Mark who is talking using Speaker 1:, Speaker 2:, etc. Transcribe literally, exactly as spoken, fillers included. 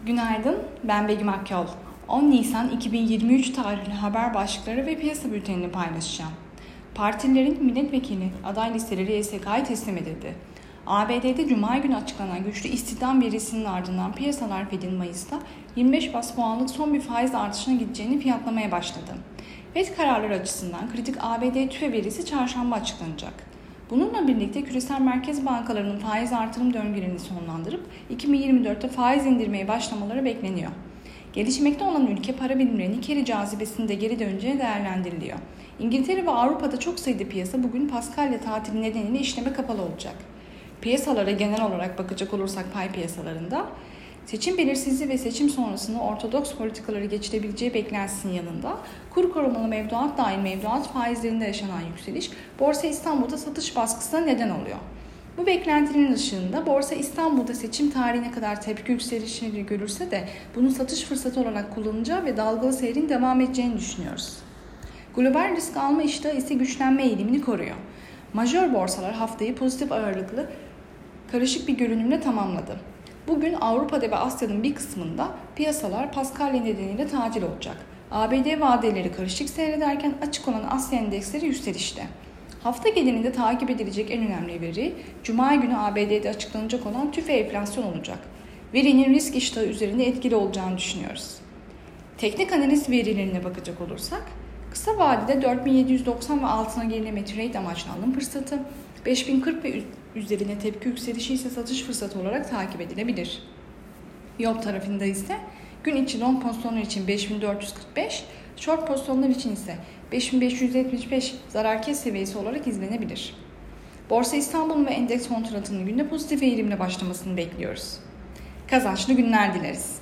Speaker 1: Günaydın, ben Begüm Akyol. on Nisan iki bin yirmi üç tarihli haber başlıkları ve piyasa bültenini paylaşacağım. Partilerin milletvekili aday listeleri Y S K'ya teslim edildi. A B D'de Cuma günü açıklanan güçlü istihdam verisinin ardından piyasalar Fed'in Mayıs'ta yirmi beş bas puanlık son bir faiz artışına gideceğini fiyatlamaya başladı. Fed kararları açısından kritik A B D tüfe verisi çarşamba açıklanacak. Bununla birlikte küresel merkez bankalarının faiz artırım döngülerini sonlandırıp iki bin yirmi dörtte faiz indirmeye başlamaları bekleniyor. Gelişmekte olan ülke para birimlerinin keri cazibesinde geri döneceği değerlendiriliyor. İngiltere ve Avrupa'da çok sayıda piyasa bugün Paskalya tatili nedeniyle işleme kapalı olacak. Piyasalara genel olarak bakacak olursak pay piyasalarında seçim belirsizliği ve seçim sonrasında ortodoks politikaları geçirebileceği beklentisinin yanında kur korumalı mevduat dahil mevduat faizlerinde yaşanan yükseliş Borsa İstanbul'da satış baskısına neden oluyor. Bu beklentinin ışığında Borsa İstanbul'da seçim tarihine kadar tepki yükselişleri görürse de bunun satış fırsatı olarak kullanılacağı ve dalgalı seyrin devam edeceğini düşünüyoruz. Global risk alma iştahı ise güçlenme eğilimini koruyor. Majör borsalar haftayı pozitif ağırlıklı karışık bir görünümle tamamladı. Bugün Avrupa'da ve Asya'nın bir kısmında piyasalar Paskalya nedeniyle tatil olacak. A B D vadeleri karışık seyrederken açık olan Asya endeksleri yükselişte. Hafta genelinde takip edilecek en önemli veri, Cuma günü A B D'de açıklanacak olan tüfe enflasyon olacak. Verinin risk iştahı üzerinde etkili olacağını düşünüyoruz. Teknik analiz verilerine bakacak olursak, kısa vadede dört bin yedi yüz doksan ve altına gerileme trade amaçlı alım fırsatı, beş bin kırk ve üzerine tepki yükselişi ise satış fırsatı olarak takip edilebilir. Yol tarafında ise gün içi long pozisyonlar için beş bin dört yüz kırk beş, short pozisyonlar için ise beş bin beş yüz yetmiş beş zarar kes seviyesi olarak izlenebilir. Borsa İstanbul ve endeks kontratının günde pozitif eğilimle başlamasını bekliyoruz. Kazançlı günler dileriz.